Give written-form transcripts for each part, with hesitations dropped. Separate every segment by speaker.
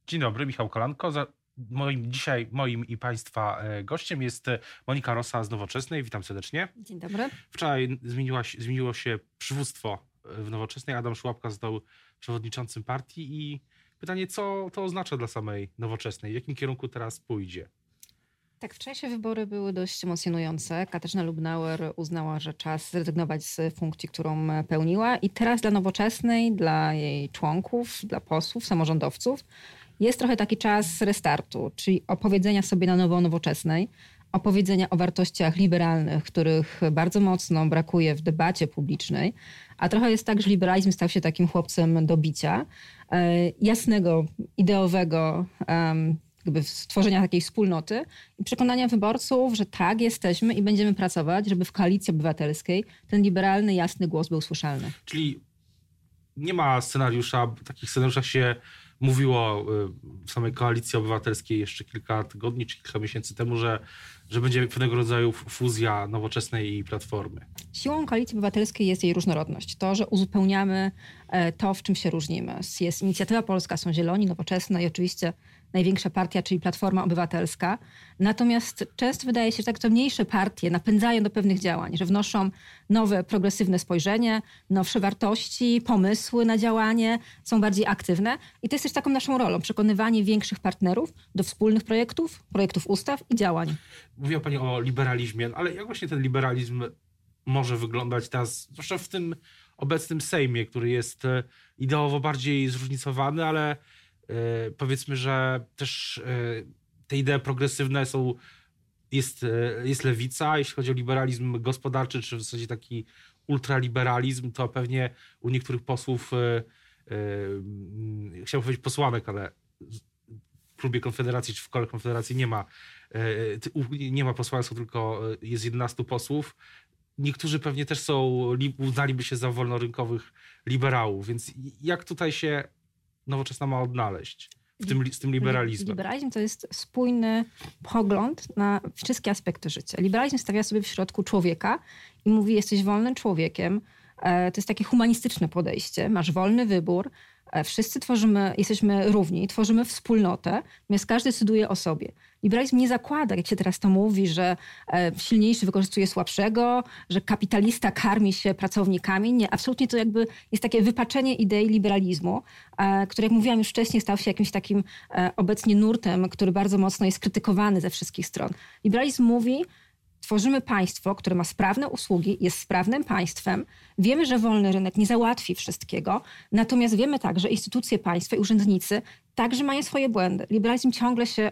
Speaker 1: Dzień dobry, Michał Kolanko. Moim i Państwa gościem jest Monika Rosa z Nowoczesnej. Witam serdecznie.
Speaker 2: Dzień dobry.
Speaker 1: Wczoraj zmieniło się przywództwo w Nowoczesnej. Adam Szłapka został przewodniczącym partii i pytanie, co to oznacza dla samej Nowoczesnej? W jakim kierunku teraz pójdzie?
Speaker 2: Tak, wczorajsze wybory były dość emocjonujące. Katarzyna Lubnauer uznała, że czas zrezygnować z funkcji, którą pełniła i teraz dla Nowoczesnej, dla jej członków, dla posłów, samorządowców jest trochę taki czas restartu, czyli opowiedzenia sobie na nowo o Nowoczesnej, opowiedzenia o wartościach liberalnych, których bardzo mocno brakuje w debacie publicznej, a trochę jest tak, że liberalizm stał się takim chłopcem do bicia, jasnego, ideowego, jakby stworzenia takiej wspólnoty i przekonania wyborców, że tak, jesteśmy i będziemy pracować, żeby w Koalicji Obywatelskiej ten liberalny, jasny głos był słyszalny.
Speaker 1: Czyli nie ma scenariusza, w takich scenariuszach się mówiło w samej Koalicji Obywatelskiej jeszcze kilka tygodni czy kilka miesięcy temu, że będzie pewnego rodzaju fuzja Nowoczesnej i Platformy.
Speaker 2: Siłą Koalicji Obywatelskiej jest jej różnorodność. To, że uzupełniamy to, w czym się różnimy. Jest Inicjatywa Polska, są Zieloni, Nowoczesna i oczywiście największa partia, czyli Platforma Obywatelska. Natomiast często wydaje się, że tak to mniejsze partie napędzają do pewnych działań, że wnoszą nowe, progresywne spojrzenie, nowsze wartości, pomysły na działanie, są bardziej aktywne. I to jest też taką naszą rolą, przekonywanie większych partnerów do wspólnych projektów ustaw i działań.
Speaker 1: Mówiła Pani o liberalizmie, ale jak właśnie ten liberalizm może wyglądać teraz, zwłaszcza w tym obecnym Sejmie, który jest ideowo bardziej zróżnicowany, ale powiedzmy, że też te idee progresywne jest lewica, jeśli chodzi o liberalizm gospodarczy, czy w zasadzie taki ultraliberalizm, to pewnie u niektórych posłów, chciałbym powiedzieć posłanek, ale w klubie Konfederacji czy w kole Konfederacji nie ma posłanstwa, tylko jest 11 posłów. Niektórzy pewnie też uznaliby się za wolnorynkowych liberałów, więc jak tutaj się Nowoczesna ma odnaleźć z tym liberalizmem?
Speaker 2: Liberalizm to jest spójny pogląd na wszystkie aspekty życia. Liberalizm stawia sobie w środku człowieka i mówi, jesteś wolnym człowiekiem. To jest takie humanistyczne podejście. Masz wolny wybór. Wszyscy jesteśmy równi, tworzymy wspólnotę, natomiast każdy decyduje o sobie. Liberalizm nie zakłada, jak się teraz to mówi, że silniejszy wykorzystuje słabszego, że kapitalista karmi się pracownikami. Nie, absolutnie to jakby jest takie wypaczenie idei liberalizmu, który, jak mówiłam już wcześniej, stał się jakimś takim obecnie nurtem, który bardzo mocno jest krytykowany ze wszystkich stron. Liberalizm mówi, tworzymy państwo, które ma sprawne usługi, jest sprawnym państwem. Wiemy, że wolny rynek nie załatwi wszystkiego, natomiast wiemy tak, że instytucje państwa i urzędnicy także mają swoje błędy. Liberalizm ciągle się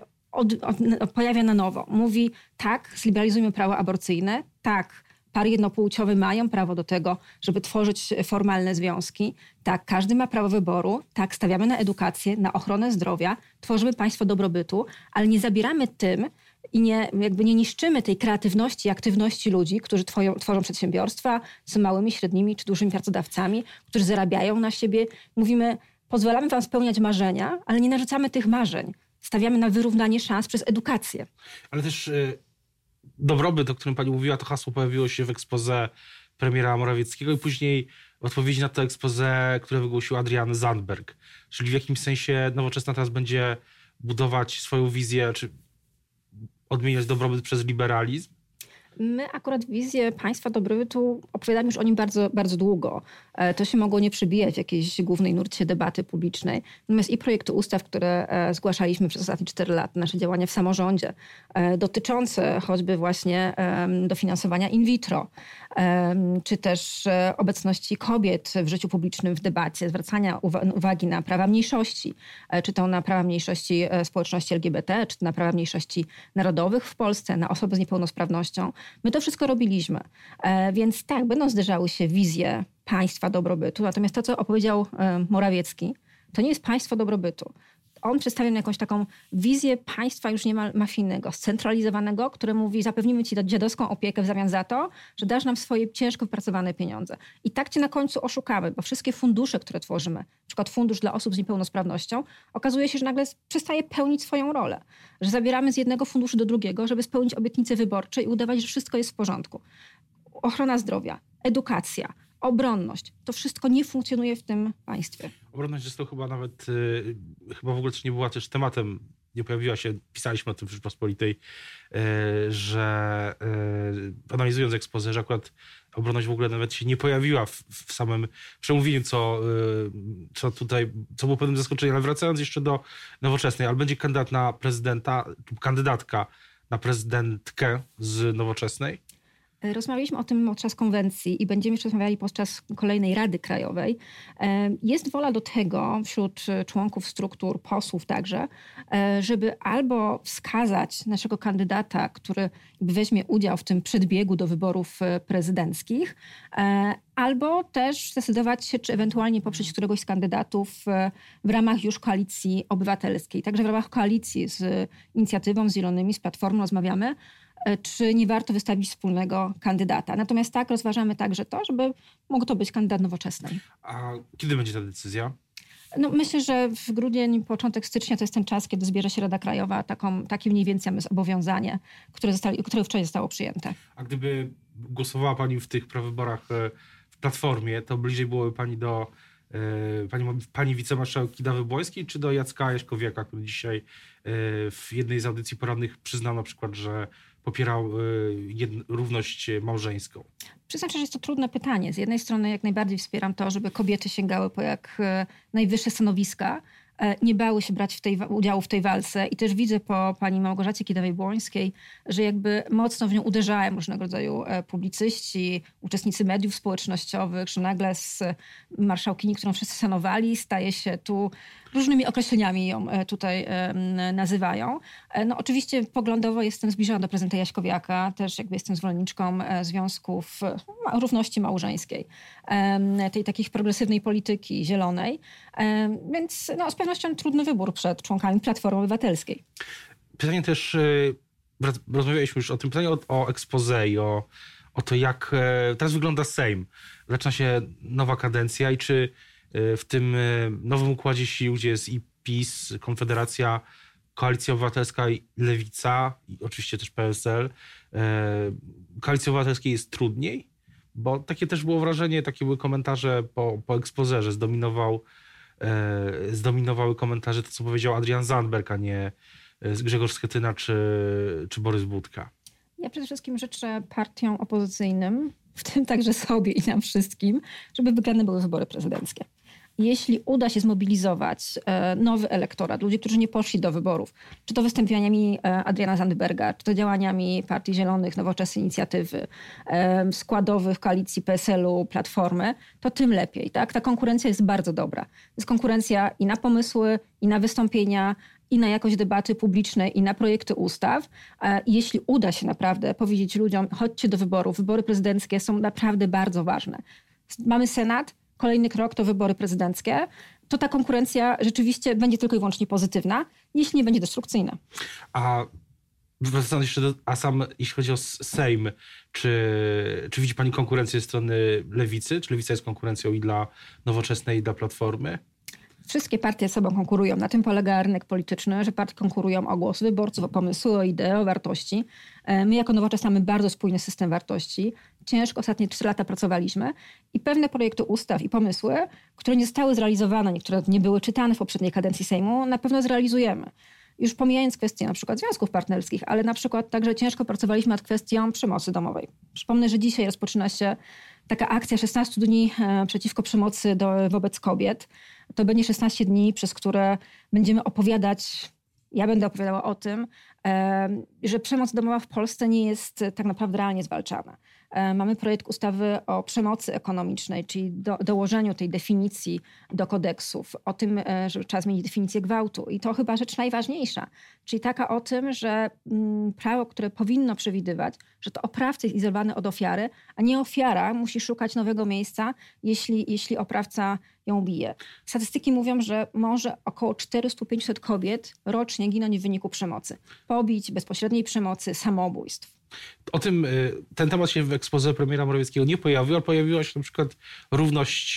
Speaker 2: pojawia na nowo. Mówi tak, zliberalizujmy prawo aborcyjne, tak, pary jednopłciowe mają prawo do tego, żeby tworzyć formalne związki. Tak, każdy ma prawo wyboru. Tak, stawiamy na edukację, na ochronę zdrowia, tworzymy państwo dobrobytu, ale nie zabieramy tym i nie niszczymy tej kreatywności i aktywności ludzi, którzy tworzą przedsiębiorstwa, są małymi, średnimi czy dużymi pracodawcami, którzy zarabiają na siebie. Mówimy, pozwalamy wam spełniać marzenia, ale nie narzucamy tych marzeń. Stawiamy na wyrównanie szans przez edukację.
Speaker 1: Ale też dobrobyt, o którym Pani mówiła, to hasło pojawiło się w exposé premiera Morawieckiego i później w odpowiedzi na to exposé, które wygłosił Adrian Zandberg. Czyli w jakimś sensie Nowoczesna teraz będzie budować swoją wizję, czy odmieniać dobrobyt przez liberalizm?
Speaker 2: My akurat wizję państwa dobrobytu opowiadamy już o nim bardzo, bardzo długo. To się mogło nie przybijać w jakiejś głównej nurcie debaty publicznej. Natomiast i projekty ustaw, które zgłaszaliśmy przez ostatnie 4 lata, nasze działania w samorządzie, dotyczące choćby właśnie dofinansowania in vitro, czy też obecności kobiet w życiu publicznym, w debacie, zwracania uwagi na prawa mniejszości, czy to na prawa mniejszości społeczności LGBT, czy to na prawa mniejszości narodowych w Polsce, na osoby z niepełnosprawnością. My to wszystko robiliśmy. Więc tak, będą zderzały się wizje państwa dobrobytu. Natomiast to, co opowiedział Morawiecki, to nie jest państwo dobrobytu. On przedstawił jakąś taką wizję państwa już niemal mafijnego, scentralizowanego, które mówi, zapewnimy ci dziadowską opiekę w zamian za to, że dasz nam swoje ciężko wypracowane pieniądze. I tak cię na końcu oszukamy, bo wszystkie fundusze, które tworzymy, na przykład fundusz dla osób z niepełnosprawnością, okazuje się, że nagle przestaje pełnić swoją rolę. Że zabieramy z jednego funduszu do drugiego, żeby spełnić obietnice wyborcze i udawać, że wszystko jest w porządku. Ochrona zdrowia, edukacja, obronność. To wszystko nie funkcjonuje w tym państwie.
Speaker 1: Obronność zresztą chyba nawet, chyba w ogóle też nie była też tematem, nie pojawiła się, pisaliśmy o tym w Rzeczpospolitej, że analizując exposé, że akurat obronność w ogóle nawet się nie pojawiła w samym przemówieniu, co było pewnym zaskoczeniem. Ale wracając jeszcze do Nowoczesnej, ale będzie kandydat na prezydenta, kandydatka na prezydentkę z Nowoczesnej?
Speaker 2: Rozmawialiśmy o tym podczas konwencji i będziemy jeszcze rozmawiali podczas kolejnej Rady Krajowej. Jest wola do tego wśród członków struktur, posłów także, żeby albo wskazać naszego kandydata, który weźmie udział w tym przedbiegu do wyborów prezydenckich, albo też zdecydować się, czy ewentualnie poprzeć któregoś z kandydatów w ramach już Koalicji Obywatelskiej. Także w ramach koalicji z Inicjatywą, z Zielonymi, z Platformą rozmawiamy, czy nie warto wystawić wspólnego kandydata. Natomiast tak, rozważamy także to, żeby mógł to być kandydat Nowoczesnej.
Speaker 1: A kiedy będzie ta decyzja?
Speaker 2: No, myślę, że w grudzień, początek stycznia to jest ten czas, kiedy zbierze się Rada Krajowa. Takie mniej więcej jest zobowiązanie, które wczoraj zostało przyjęte.
Speaker 1: A gdyby głosowała pani w tych prawyborach w Platformie, to bliżej byłoby pani do pani wicemarszałki Dawy Błońskiej, czy do Jacka Jaśkowiaka, który dzisiaj w jednej z audycji porannych przyznał na przykład, że popierał równość małżeńską?
Speaker 2: Przyznam szczerze, że jest to trudne pytanie. Z jednej strony jak najbardziej wspieram to, żeby kobiety sięgały po jak najwyższe stanowiska, nie bały się brać udziału w tej walce i też widzę po pani Małgorzacie Kidawej-Błońskiej, że jakby mocno w nią uderzają różnego rodzaju publicyści, uczestnicy mediów społecznościowych, że nagle z marszałkini, którą wszyscy szanowali, staje się tu, różnymi określeniami ją tutaj nazywają. No oczywiście poglądowo jestem zbliżona do prezydenta Jaśkowiaka, też jakby jestem zwolenniczką związków równości małżeńskiej, tej takiej progresywnej polityki zielonej, więc no, z pewnością trudny wybór przed członkami Platformy Obywatelskiej.
Speaker 1: Pytanie też, rozmawialiśmy już o tym, pytanie o exposé i o to, jak teraz wygląda Sejm. Zaczyna się nowa kadencja i czy w tym nowym układzie sił, gdzie jest i PiS, Konfederacja, Koalicja Obywatelska i Lewica, i oczywiście też PSL, Koalicji Obywatelskiej jest trudniej? Bo takie też było wrażenie, takie były komentarze po exposé, że zdominowały komentarze to, co powiedział Adrian Zandberg, a nie Grzegorz Schetyna czy Borys Budka.
Speaker 2: Ja przede wszystkim życzę partiom opozycyjnym, w tym także sobie i nam wszystkim, żeby wygrane były wybory prezydenckie. Jeśli uda się zmobilizować nowy elektorat, ludzi, którzy nie poszli do wyborów, czy to wystąpieniami Adriana Zandberga, czy to działaniami Partii Zielonych, Nowoczesnej Inicjatywy, składowych koalicji PSL-u, Platformy, to tym lepiej. Tak? Ta konkurencja jest bardzo dobra. To jest konkurencja i na pomysły, i na wystąpienia, i na jakość debaty publicznej, i na projekty ustaw. Jeśli uda się naprawdę powiedzieć ludziom, chodźcie do wyborów, wybory prezydenckie są naprawdę bardzo ważne. Mamy Senat, kolejny krok to wybory prezydenckie, to ta konkurencja rzeczywiście będzie tylko i wyłącznie pozytywna, jeśli nie będzie destrukcyjna.
Speaker 1: A wracając jeszcze jeśli chodzi o Sejm, czy widzi pani konkurencję ze strony Lewicy? Czy Lewica jest konkurencją i dla Nowoczesnej, i dla Platformy?
Speaker 2: Wszystkie partie ze sobą konkurują. Na tym polega rynek polityczny, że partie konkurują o głos wyborców, o pomysły, o idee, o wartości. My jako Nowoczesna mamy bardzo spójny system wartości. Ciężko ostatnie 3 lata pracowaliśmy i pewne projekty ustaw i pomysły, które nie zostały zrealizowane, niektóre nie były czytane w poprzedniej kadencji Sejmu, na pewno zrealizujemy. Już pomijając kwestię na przykład związków partnerskich, ale na przykład także ciężko pracowaliśmy nad kwestią przemocy domowej. Przypomnę, że dzisiaj rozpoczyna się taka akcja 16 dni przeciwko przemocy wobec kobiet. To będzie 16 dni, przez które będziemy opowiadać, ja będę opowiadała o tym, że przemoc domowa w Polsce nie jest tak naprawdę realnie zwalczana. Mamy projekt ustawy o przemocy ekonomicznej, czyli dołożeniu tej definicji do kodeksów, o tym, że trzeba zmienić definicję gwałtu. I to chyba rzecz najważniejsza, czyli taka o tym, że prawo, które powinno przewidywać, że to oprawca jest izolowany od ofiary, a nie ofiara musi szukać nowego miejsca, jeśli oprawca ją bije. Statystyki mówią, że może około 400-500 kobiet rocznie ginąć w wyniku przemocy. Pobić, bezpośredniej przemocy, samobójstw.
Speaker 1: O tym, ten temat się w exposé premiera Morawieckiego nie pojawił, ale pojawiła się na przykład równość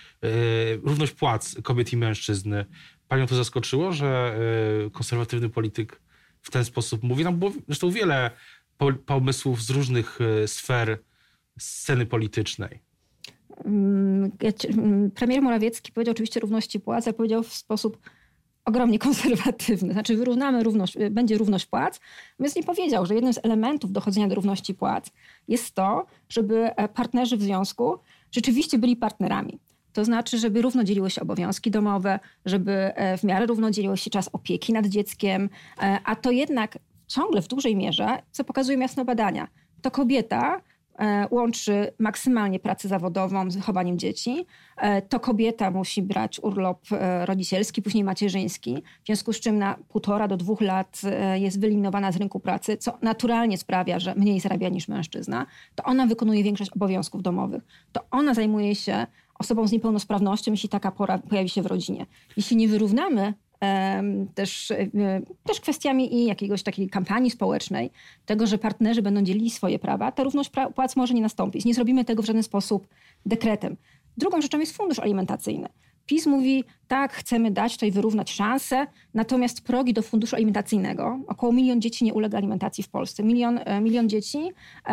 Speaker 1: płac kobiet i mężczyzn. Panią to zaskoczyło, że konserwatywny polityk w ten sposób mówi? Tam było zresztą wiele pomysłów z różnych sfer sceny politycznej.
Speaker 2: Premier Morawiecki powiedział oczywiście równości płac, ale powiedział w sposób ogromnie konserwatywny. Znaczy wyrównamy będzie równość płac, więc nie powiedział, że jednym z elementów dochodzenia do równości płac jest to, żeby partnerzy w związku rzeczywiście byli partnerami. To znaczy, żeby równo dzieliły się obowiązki domowe, żeby w miarę równo dzieliło się czas opieki nad dzieckiem, a to jednak ciągle w dużej mierze, co pokazują jasne badania, to kobieta łączy maksymalnie pracę zawodową z wychowaniem dzieci. To kobieta musi brać urlop rodzicielski, później macierzyński, w związku z czym na 1,5 do 2 lat jest wyeliminowana z rynku pracy, co naturalnie sprawia, że mniej zarabia niż mężczyzna. To ona wykonuje większość obowiązków domowych. To ona zajmuje się osobą z niepełnosprawnością, jeśli taka pora pojawi się w rodzinie. Jeśli nie wyrównamy też kwestiami i jakiegoś takiej kampanii społecznej, tego, że partnerzy będą dzielili swoje prawa, ta równość płac może nie nastąpić. Nie zrobimy tego w żaden sposób dekretem. Drugą rzeczą jest fundusz alimentacyjny. PiS mówi, tak, chcemy dać tutaj wyrównać szanse, natomiast progi do funduszu alimentacyjnego, około 1 000 000 dzieci nie ulega alimentacji w Polsce. Milion dzieci,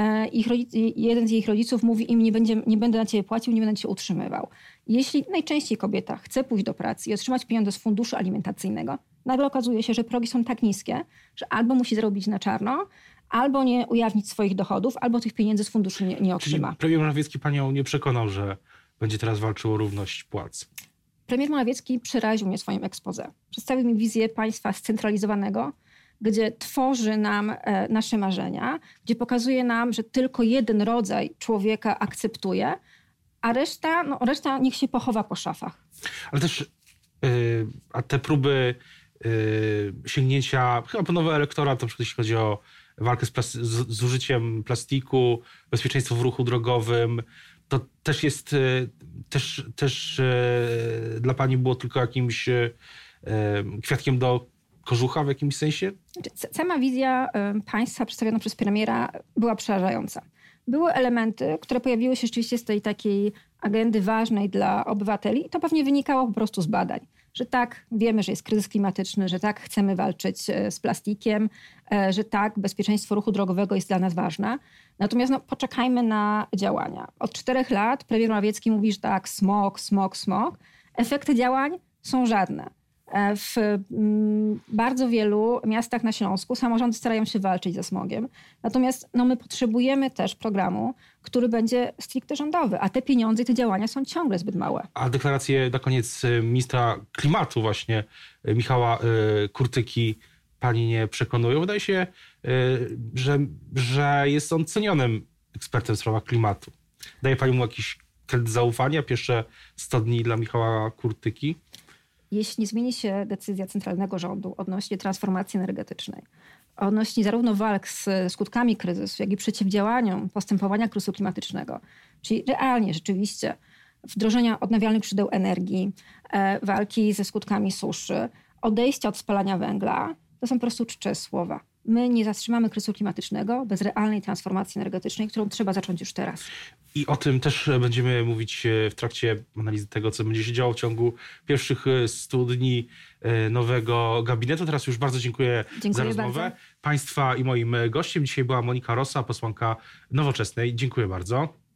Speaker 2: jeden z ich rodziców mówi im, nie będę na ciebie płacił, nie będę cię utrzymywał. Jeśli najczęściej kobieta chce pójść do pracy i otrzymać pieniądze z funduszu alimentacyjnego, nagle okazuje się, że progi są tak niskie, że albo musi zarobić na czarno, albo nie ujawnić swoich dochodów, albo tych pieniędzy z funduszu nie otrzyma.
Speaker 1: Czyli premier Morawiecki panią nie przekonał, że będzie teraz walczył o równość płac?
Speaker 2: Premier Morawiecki przeraził mnie swoim exposé. Przedstawił mi wizję państwa scentralizowanego, gdzie tworzy nam nasze marzenia, gdzie pokazuje nam, że tylko jeden rodzaj człowieka akceptuje, a reszta niech się pochowa po szafach.
Speaker 1: Ale też a te próby sięgnięcia chyba po nowy elektorat, na przykład jeśli chodzi o walkę z użyciem plastiku, bezpieczeństwo w ruchu drogowym, to też jest, też dla pani było tylko jakimś kwiatkiem do kożucha w jakimś sensie?
Speaker 2: Sama wizja państwa przedstawiona przez premiera była przerażająca. Były elementy, które pojawiły się rzeczywiście z tej takiej agendy ważnej dla obywateli i to pewnie wynikało po prostu z badań. Że tak, wiemy, że jest kryzys klimatyczny, że tak, chcemy walczyć z plastikiem, że tak, bezpieczeństwo ruchu drogowego jest dla nas ważne. Natomiast poczekajmy na działania. Od 4 lat premier Morawiecki mówi, że tak, smog. Efekty działań są żadne. W bardzo wielu miastach na Śląsku samorządy starają się walczyć ze smogiem. Natomiast my potrzebujemy też programu, który będzie stricte rządowy, a te pieniądze i te działania są ciągle zbyt małe. A
Speaker 1: deklaracje na koniec ministra klimatu właśnie, Michała Kurtyki, pani nie przekonują? Wydaje się, że jest on cenionym ekspertem w sprawach klimatu. Daje pani mu jakiś kredyt zaufania? Pierwsze 100 dni dla Michała Kurtyki?
Speaker 2: Jeśli zmieni się decyzja centralnego rządu odnośnie transformacji energetycznej, odnośnie zarówno walk z skutkami kryzysu, jak i przeciwdziałaniom postępowania kryzysu klimatycznego, czyli realnie, rzeczywiście wdrożenia odnawialnych źródeł energii, walki ze skutkami suszy, odejścia od spalania węgla, to są po prostu czcze słowa. My nie zatrzymamy kryzysu klimatycznego bez realnej transformacji energetycznej, którą trzeba zacząć już teraz. I o tym też będziemy mówić w trakcie analizy tego, co będzie się działo w ciągu pierwszych 100 dni nowego gabinetu. Teraz już bardzo dziękuję za rozmowę. Bardzo. Państwa i moim gościem dzisiaj była Monika Rosa, posłanka Nowoczesnej. Dziękuję bardzo.